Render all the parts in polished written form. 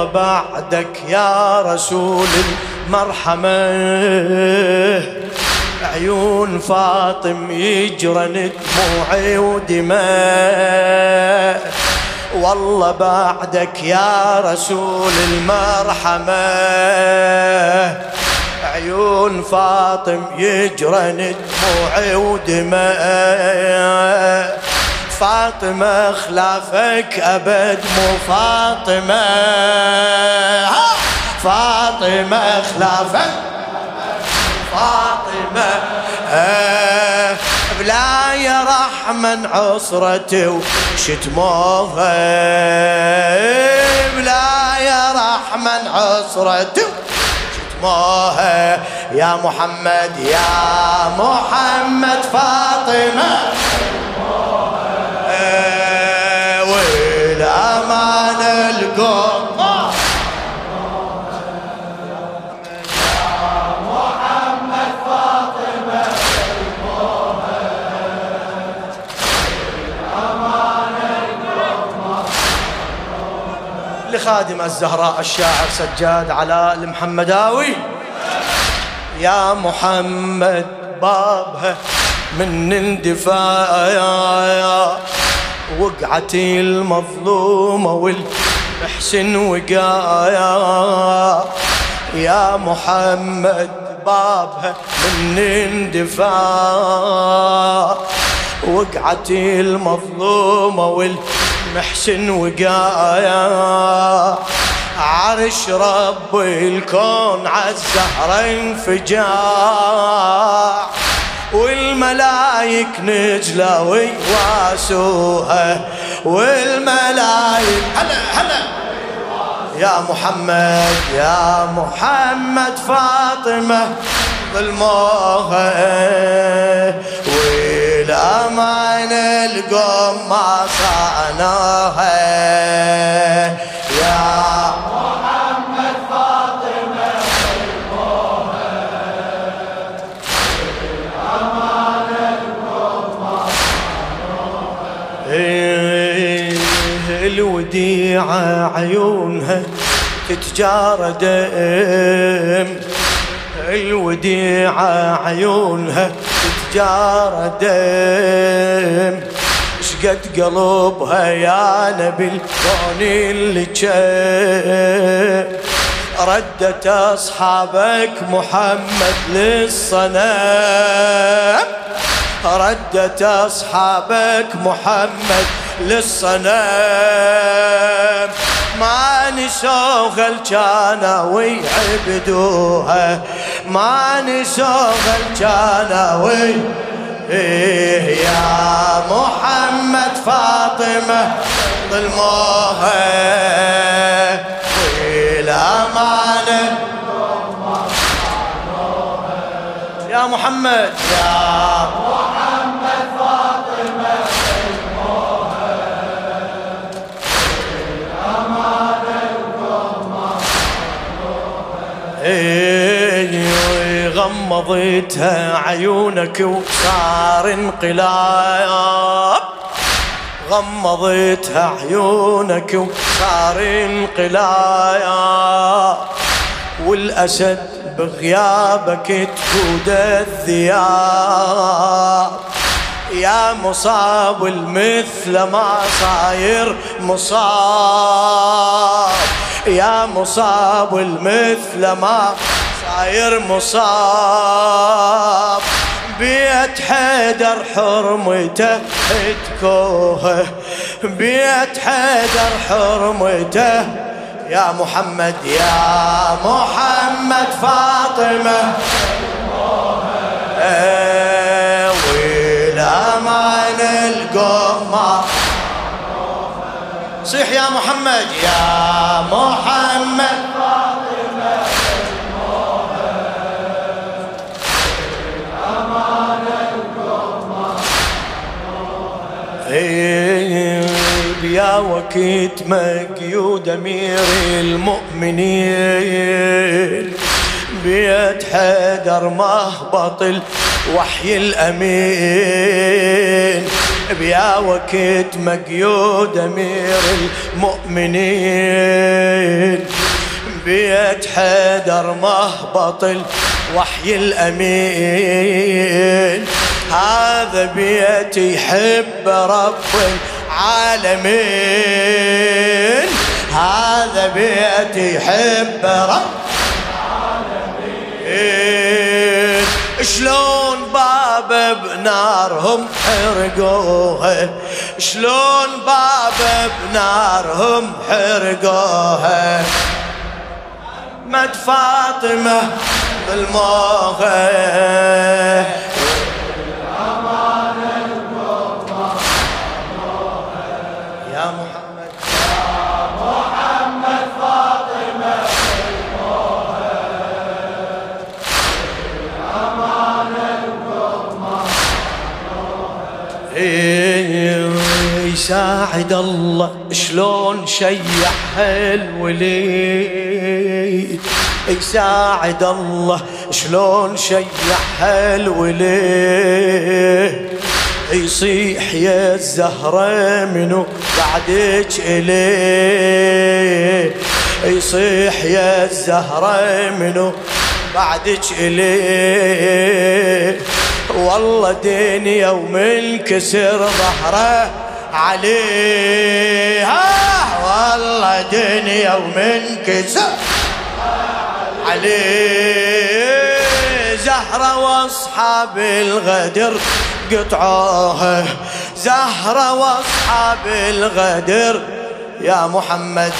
والله بعدك يا رسول المرحمة عيون فاطم يجرن دموعي ودماء والله بعدك يا رسول المرحمة عيون فاطم يجرن دموعي ودماء فاطمة خلافك أبد مو فاطمة فاطمة خلافك فاطمة بلا يا رحمن عصرته وشتموها بلا يا رحمن عصرته وشتموها يا محمد يا محمد فاطمة والأمان القمة لخادم الزهراء الشاعر سجاد علاء المحمداوي يا محمد بابها من اندفاع وقعتي المظلومة والمحسن وقايا يا محمد بابها من اندفاع وقعتي المظلومة والمحسن وقايا عرش رب الكون عالزهرة انفجاع والملايك نجلة ويواسوها والملايك هلا يا محمد فاطمة ظلموها والأمان القوم ما صانوها يا محمد فاطمة ظلموها والأمان القوم ما صانوها الوديعة عيونها تتجارى دم الوديعة عيونها تتجارى دم شقد قلبها يا نبي الكون اللي جاب ردت أصحابك محمد للصنم ردت أصحابك محمد للصنم ما نسوها الجانا ويعبدوها ما نسوها الجانا يا محمد فاطمة ظلموها والأمان يا محمد فاطمة ظلموها والأمان غمضتها عيونك وصار انقلاب غمضتها عيونك وصار انقلاب والأسد بغيابك تقود الذئاب يا مصاب المثل ما صاير مصاب يا مصاب المثل ما صاير مصاب بيت حيدر حرمته اتكوه بيت حيدر حرمته يا محمد فاطمة والأمان القمة صيح يا محمد فاطمة يا وكيت مقيود أمير المؤمنين بيت حيدر مهبط الوحي الأمين بيا وقت مقيود أمير المؤمنين بيت حيدر مهبط الوحي الأمين هذا بيت يحب رب العالمين هذا بيت يحب رب العالمين شلون باب بنارهم حرقوها شلون باب بنارهم حرقوها مد فاطمة بالموها يا محمد فاطمة بالموها يساعد الله شلون شيح الوليد يساعد الله شلون شيح الوليد يصيح يا الزهرة منو بعدك إليه يصيح يا الزهرة منو بعدك إليه والله دنيا ومن كسر ظهره عليه والله دنيا ومن كسر عليه زهرة واصحاب الغدر قطعوها زهرة واصحاب الغدر يا محمد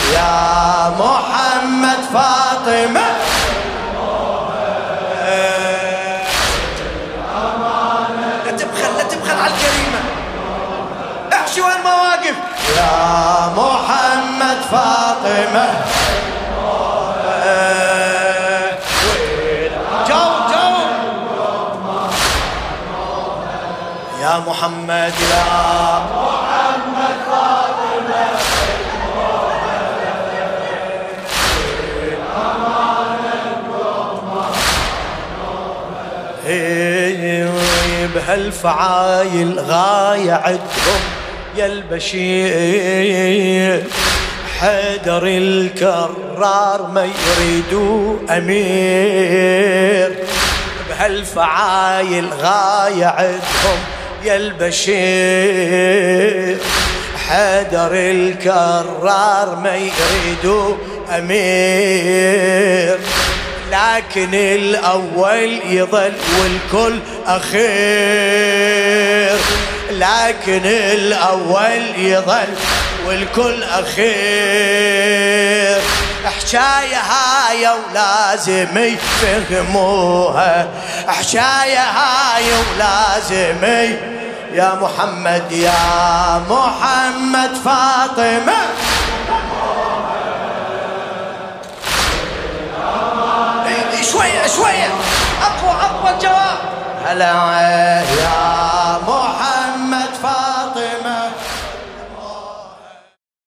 فاطمة لا تبخل على الكريمة احشي وين مواقف يا محمد فاطمة يا محمد فاطمة بهالفعايل غاية عدهم يا البشير حيدر الكرار ما يريدوا أمير بهالفعايل غاية عدهم يا البشير حيدر الكرار ما يريدوا أمير لكن الأول يظل والكل أخير لكن الأول يظل والكل أخير حكاية هاي ولازم يفهموها حكاية هاي ولازم يا محمد فاطمة شوية أقوى الجواب هلا يا